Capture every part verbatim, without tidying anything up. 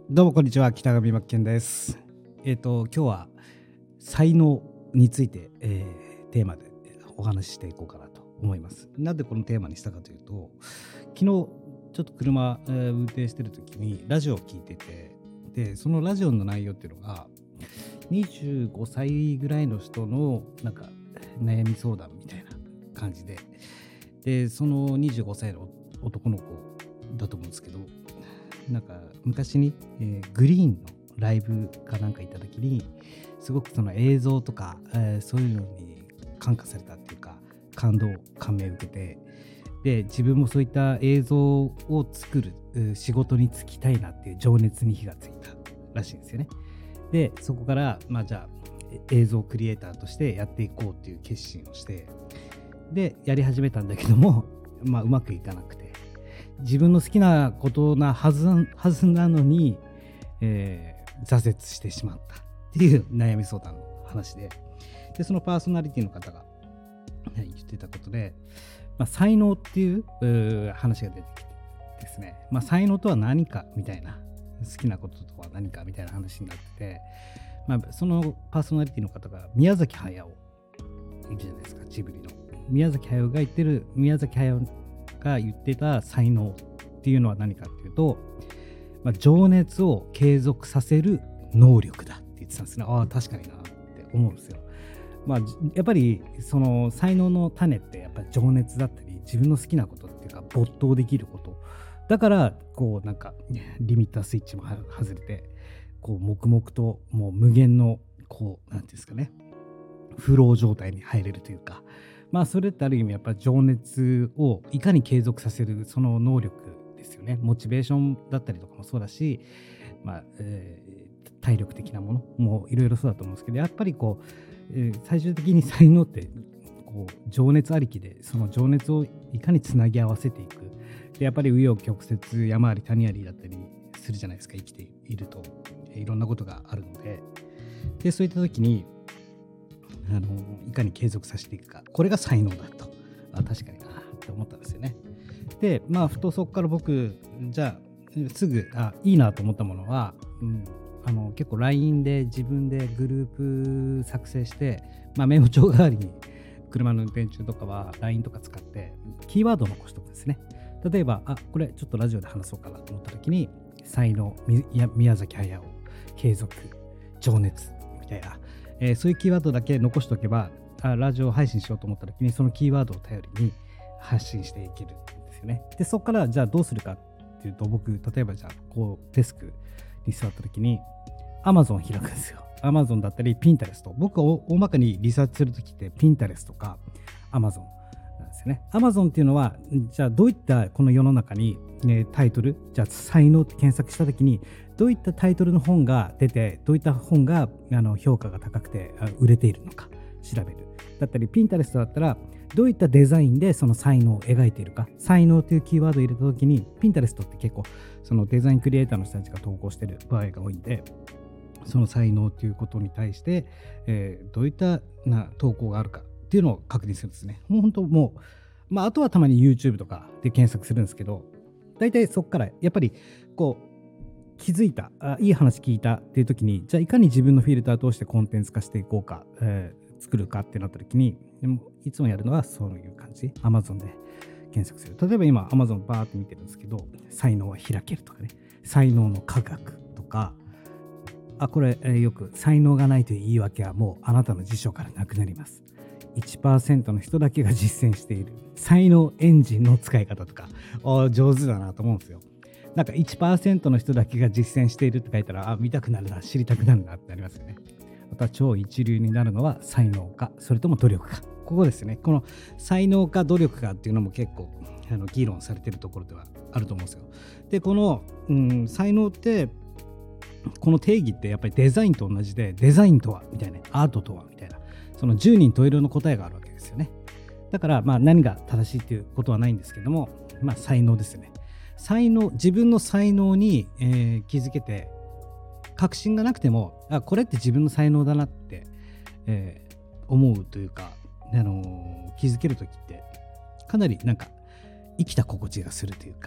どうもこんにちは、北上真剣です。えっ、と今日は才能について、えーテーマでお話ししていこうかなと思います。なんでこのテーマにしたかというと、昨日ちょっと車、えー運転してる時にラジオを聞いてて、でそのラジオの内容っていうのがにじゅうごさいぐらいの人のなんか悩み相談みたいな感じで、でそのにじゅうごさいの男の子だと思うんですけど、なんか昔に、えーグリーンのライブかなんか行った時にすごくその映像とか、えーそういうのに感化されたっていうか、感動感銘を受けて、で自分もそういった映像を作るえー仕事に就きたいなっていう情熱に火がついたらしいんですよね。でそこからまあじゃあえ映像クリエイターとしてやっていこうっていう決心をして、でやり始めたんだけども、まあうまくいかなくて、自分の好きなことなはずなはずなのに、えー挫折してしまったっていう悩み相談の話で、でそのパーソナリティの方が、はい、言ってたことで、まあ、才能っていううー話が出てきてですね、まあ、才能とは何かみたいな、好きなこととは何かみたいな話になってて、まあ、そのパーソナリティの方が宮崎駿いるじゃないですか、ジブリの宮崎駿が言ってる宮崎駿が言ってた才能っていうのは何かっていうと、まあ、情熱を継続させる能力だって言ってたんですね。ああ、確かになって思うんですよ。まあ、じやっぱりその才能の種ってやっぱり情熱だったり、自分の好きなことっていうか没頭できること。だからこうなんかねリミッタースイッチもは外れて、こう黙々ともう無限のこうなんていうんですかね、フロー状態に入れるというか、まあそれってある意味やっぱり情熱をいかに継続させるその能力ですよね。モチベーションだったりとかもそうだし、まあ、えー体力的なものもいろいろそうだと思うんですけど、やっぱりこう、えー最終的に才能ってこう情熱ありきで、その情熱をいかにつなぎ合わせていく。でやっぱり紆余曲折、山あり谷ありだったりするじゃないですか、生きていると。えーいろんなことがあるので、でそういった時にあのいかに継続させていくか、これが才能だと、あ確かになって思ったんですよね。でまあふとそこから僕じゃあすぐあいいなと思ったものは、うん、あの結構 ライン で自分でグループ作成して、まあ、メモ帳代わりに車の運転中とかは ライン とか使ってキーワードを残しておくんですね。例えばあこれちょっとラジオで話そうかなと思った時に、才能、みや宮崎駿、継続、情熱みたいな、えーそういうキーワードだけ残しておけば、あラジオ配信しようと思った時にそのキーワードを頼りに発信していけるんですよね。でそこからじゃあどうするかっていうと、僕例えばじゃあこうデスクに座った時に Amazon 開くんですよ。Amazon だったり Pinterest。僕が大大まかにリサーチする時って Pinterest とか Amazon なんですよね。Amazon っていうのはじゃあどういったこの世の中に、ね、タイトル、じゃあ才能って検索した時にどういったタイトルの本が出て、どういった本があの評価が高くてあ売れているのか調べる。だったり Pinterest だったらどういったデザインでその才能を描いているか。才能というキーワードを入れた時に Pinterest って結構そのデザインクリエイターの人たちが投稿している場合が多いんで、その才能ということに対して、えーどういったな投稿があるかっていうのを確認するんですね。もう本当もう、まあ、あとはたまに YouTube とかで検索するんですけど、大体そこからやっぱりこう気づいた、あいい話聞いたっていう時に、じゃあいかに自分のフィルターを通してコンテンツ化していこうか、えー作るかってなった時に、でもいつもやるのはそういう感じ。Amazon で検索する。例えば今 Amazon バーって見てるんですけど、才能は開けるとかね、才能の科学とか、あ、これ、えーよく才能がないという言い訳はもうあなたの辞書からなくなります。いちパーセント の人だけが実践している才能エンジンの使い方とか、あ上手だなと思うんですよ。なんか いちパーセント の人だけが実践しているって書いたら、あ、見たくなるな、知りたくなるなってなりますよね。また超一流になるのは才能か、それとも努力か。ここですね。この才能か努力かっていうのも結構あの議論されているところではあると思うんですよ。で、この、うん、才能って、この定義ってやっぱりデザインと同じで、デザインとはみたいな、アートとはみたいな、そのじゅうにん十色の答えがあるわけですよね。だからまあ何が正しいっていうことはないんですけども、まあ才能ですよね。才能、自分の才能に、えー気づけて、確信がなくても、あこれって自分の才能だなって、えー思うというか、あのー気づけるときってかなりなんか生きた心地がするというか、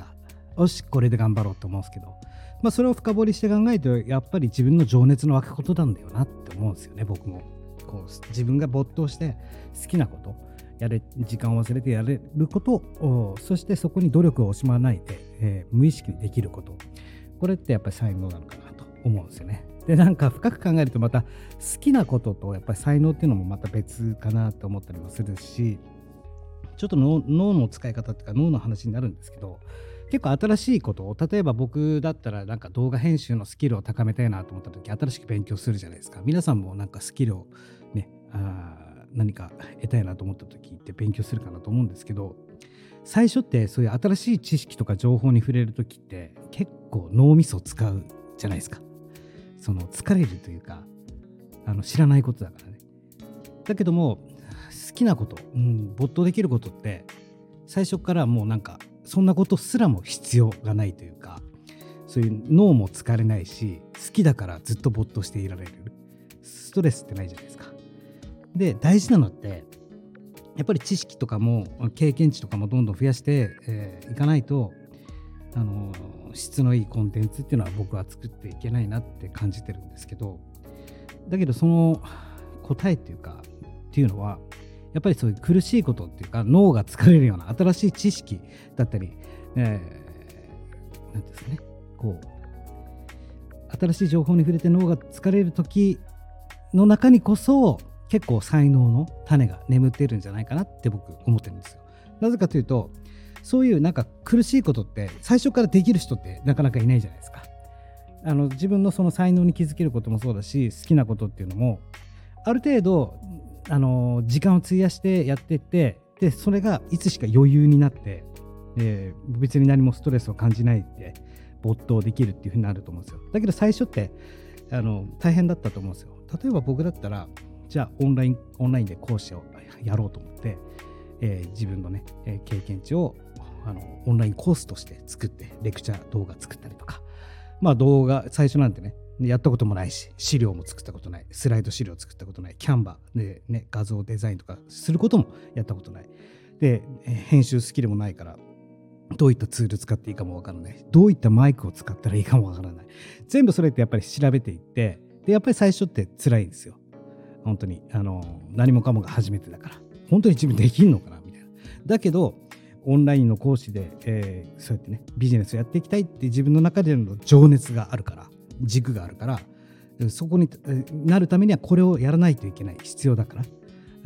よしこれで頑張ろうと思うんですけど、まあ、それを深掘りして考えるとやっぱり自分の情熱の湧くことなんだよなって思うんですよね。僕もこう自分が没頭して好きなことやれ、時間を忘れてやれることを、そしてそこに努力を惜しまないで、えー、無意識にできること、これってやっぱり才能なのかなと思うんですよね。でなんか深く考えるとまた好きなこととやっぱり才能っていうのもまた別かなと思ったりもするし、ちょっと 脳, 脳の使い方っていうか脳の話になるんですけど、結構新しいことを、例えば僕だったらなんか動画編集のスキルを高めたいなと思った時、新しく勉強するじゃないですか。皆さんもなんかスキルをね、あ何か得たいなと思った時って勉強するかなと思うんですけど、最初ってそういう新しい知識とか情報に触れる時って結構脳みそを使うじゃないですか。その疲れるというか、あの知らないことだからね。だけども好きなこと、うん、没頭できることって最初からもうなんかそんなことすらも必要がないというか、そういう脳も疲れないし、好きだからずっと没頭していられる、ストレスってないじゃないですか。で大事なのってやっぱり知識とかも経験値とかもどんどん増やしてい、えー、かないと、あのー、質のいいコンテンツっていうのは僕は作っていけないなって感じてるんですけど、だけどその答えっていうかっていうのはやっぱりそういう苦しいことっていうか、脳が疲れるような新しい知識だったり、えー、なんですかね、こう新しい情報に触れて脳が疲れる時の中にこそ結構才能の種が眠っているんじゃないかなって僕思ってるんですよ。なぜかというと、そういうなんか苦しいことって最初からできる人ってなかなかいないじゃないですか。あの自分のその才能に気づけることもそうだし、好きなことっていうのもある程度あの時間を費やしてやっていって、でそれがいつしか余裕になって、えー、別に何もストレスを感じないで没頭できるっていう風になると思うんですよ。だけど最初ってあの大変だったと思うんですよ。例えば僕だったらじゃあオンラインオンラインで講師をやろうと思って、えー、自分のね、えー、経験値をあのオンラインコースとして作ってレクチャー動画作ったりとか、まあ動画最初なんてねやったこともないし、資料も作ったことない、スライド資料作ったことない、キャンバーで、ね、画像デザインとかすることもやったことないで、編集スキルもないからどういったツール使っていいかもわからない、どういったマイクを使ったらいいかもわからない、全部それってやっぱり調べていって、でやっぱり最初って辛いんですよ。本当にあの何もかもが初めてだから本当に自分できるのかなみたいな。だけどオンラインの講師で、えー、そうやってねビジネスをやっていきたいって自分の中での情熱があるから、軸があるから、そこになるためにはこれをやらないといけない、必要だから、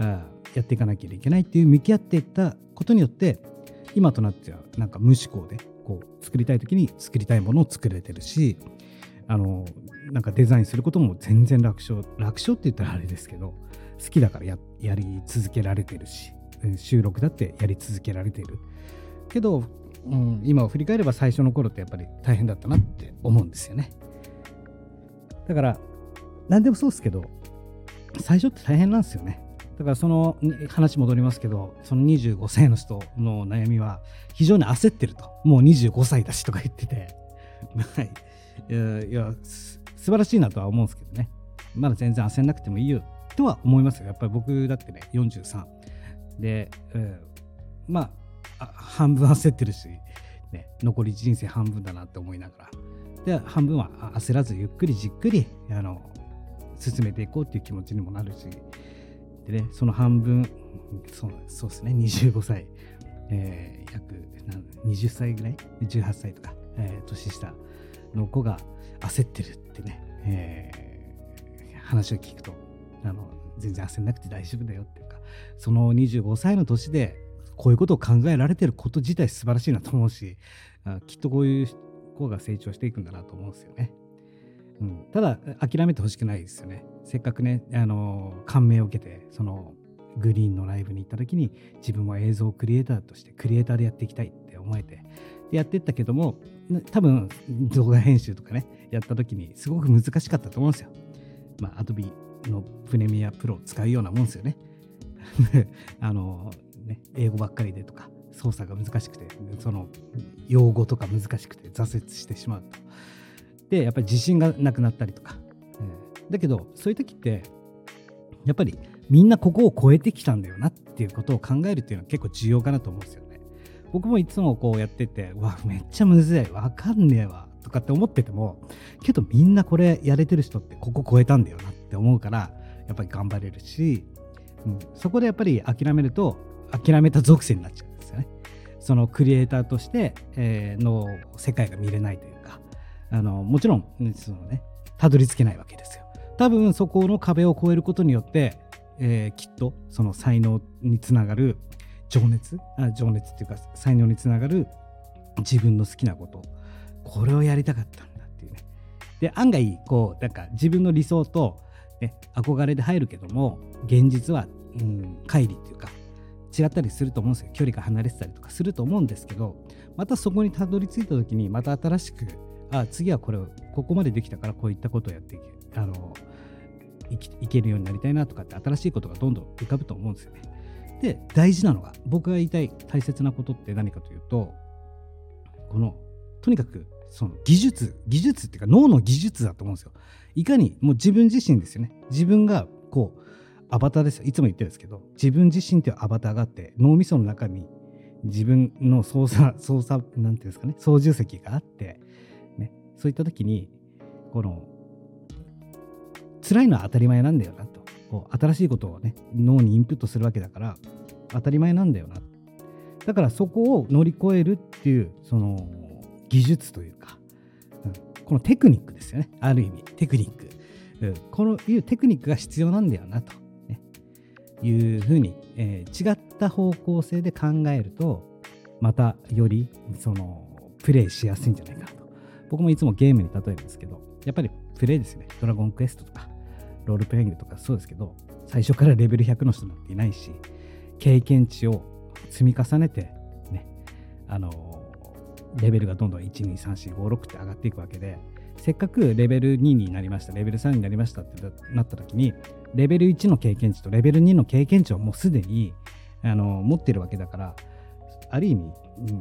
あやっていかなきゃいけないっていう向き合っていったことによって、今となってはなんか無思考でこう作りたい時に作りたいものを作れてるし、あのなんかデザインすることも全然楽勝楽勝って言ったらあれですけど、好きだから や, やり続けられてるし、収録だってやり続けられているけど、うん、今を振り返れば最初の頃ってやっぱり大変だったなって思うんですよね。だから何でもそうですけど最初って大変なんですよね。だからその話戻りますけど、そのにじゅうごさいの人の悩みは非常に焦ってると、もうにじゅうごさいだしとか言っててはいいや、いや素晴らしいなとは思うんですけどね、まだ全然焦んなくてもいいよとは思いますよ。やっぱり僕だってねよんじゅうさんで、えー、まあ半分焦ってるし、ね、残り人生半分だなって思いながら、で半分は焦らずゆっくりじっくりあの進めていこうっていう気持ちにもなるし、でね、その半分 そう、そうですねにじゅうごさい、えー、約にじゅっさいぐらいじゅうはっさいとか、えー、年下の子が焦ってるってね、えー、話を聞くとあの全然焦んなくて大丈夫だよっていうか、そのにじゅうごさいの年でこういうことを考えられてること自体素晴らしいなと思うし、あきっとこういう子が成長していくんだなと思うんですよね。うん、ただ諦めてほしくないですよね。せっかくねあの感銘を受けてそのグリーンのライブに行った時に自分は映像クリエイターとしてクリエイターでやっていきたいって思えてでやっていったけども、多分動画編集とかねやった時にすごく難しかったと思うんですよ。まあ Adobe のプレミアプロを使うようなもんですよね。あのね英語ばっかりでとか操作が難しくて、その用語とか難しくて挫折してしまうと。でやっぱり自信がなくなったりとか、えー、だけどそういう時ってやっぱりみんなここを超えてきたんだよなっていうことを考えるっていうのは結構重要かなと思うんですよね。 僕もいつもこうやってて、うわめっちゃむずい、わかんねえわとかって思ってても、けどみんなこれやれてる人ってここ超えたんだよなって思うから、やっぱり頑張れるし、うん、そこでやっぱり諦めると諦めた属性になっちゃうんですよね。そのクリエイターとして、えー、の世界が見れないというか、あのもちろんそのねたどり着けないわけですよ。多分そこの壁を越えることによって、えー、きっとその才能につながる情熱あ情熱っていうか才能につながる自分の好きなこと、これをやりたかったんだっていうね。で案外こうなんか自分の理想と、ね、憧れで入るけども現実は、うん、乖離っていうか違ったりすると思うんですよ。距離が離れてたりとかすると思うんですけど、またそこにたどり着いた時にまた新しく、あ次はこれをここまでできたからこういったことをやっていけあのいきいけるようになりたいなとかって新しいことがどんどん浮かぶと思うんですよね。で大事なのが、僕が言いたい大切なことって何かというと、このとにかくその技術技術っていうか脳の技術だと思うんですよ。いかにもう自分自身ですよね。自分がこうアバターですよ。いつも言ってるんですけど、自分自身というアバターがあって脳みその中に自分の操作操作なんていうんですかね、操縦席があって、ね、そういった時にこの辛いのは当たり前なんだよなと、こう新しいことをね脳にインプットするわけだから当たり前なんだよな。だからそこを乗り越えるっていうその技術というか、うん、このテクニックですよね。ある意味テクニック、うん、このいうテクニックが必要なんだよなと、ね、いうふうに、えー、違った方向性で考えるとまたよりそのプレイしやすいんじゃないかなと。僕もいつもゲームに例えるんですけど、やっぱりプレイですよね。ドラゴンクエストとかロールプレイングとかそうですけど、最初からレベルひゃくの人なんていないし、経験値を積み重ねてね、あのレベルがどんどんいち、に、さん、よん、ご、ろくって上がっていくわけで、せっかくレベルにになりました、レベルさんになりましたってなった時に、レベルいちの経験値とレベルにの経験値をもうすでにあの持ってるわけだから、ある意味、うん、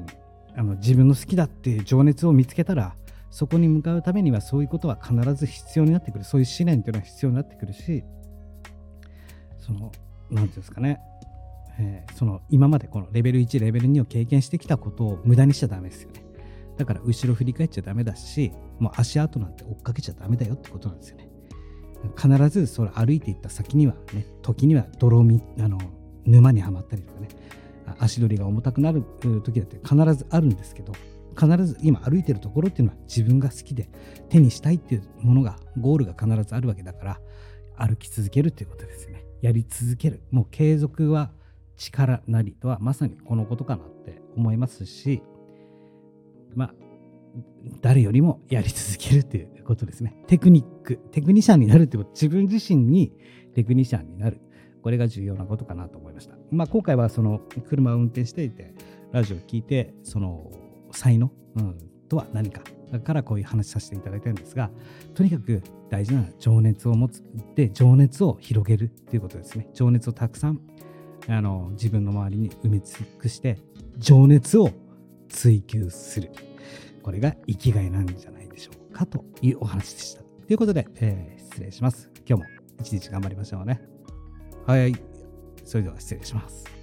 あの自分の好きだっていう情熱を見つけたら、そこに向かうためにはそういうことは必ず必要になってくる。そういう試練っていうのは必要になってくるし、そのなんていうんですかね、えー、その今までこのレベルいち、レベルにを経験してきたことを無駄にしちゃダメですよね。だから後ろ振り返っちゃダメだし、もう足跡なんて追っかけちゃダメだよってことなんですよね。必ずそれ歩いていった先にはね、時には泥みあの沼にはまったりとかね、足取りが重たくなる時だって必ずあるんですけど、必ず今歩いてるところっていうのは自分が好きで手にしたいっていうものが、ゴールが必ずあるわけだから、歩き続けるっていうことですよね。やり続ける、もう継続は力なりとはまさにこのことかなって思いますし、まあ誰よりもやり続けるっていうことですね。テクニックテクニシャンになるってこと、自分自身にテクニシャンになる、これが重要なことかなと思いました。まあ今回はその車を運転していてラジオを聞いて、その才能、うん、とは何かだからこういう話させていただいたんですが、とにかく大事な情熱を持つで、情熱を広げるっていうことですね。情熱をたくさんあの自分の周りに埋め尽くして情熱を追求する、これが生きがいなんじゃないでしょうかというお話でした。ということで、えー、失礼します。今日も一日頑張りましょうね。はい、それでは失礼します。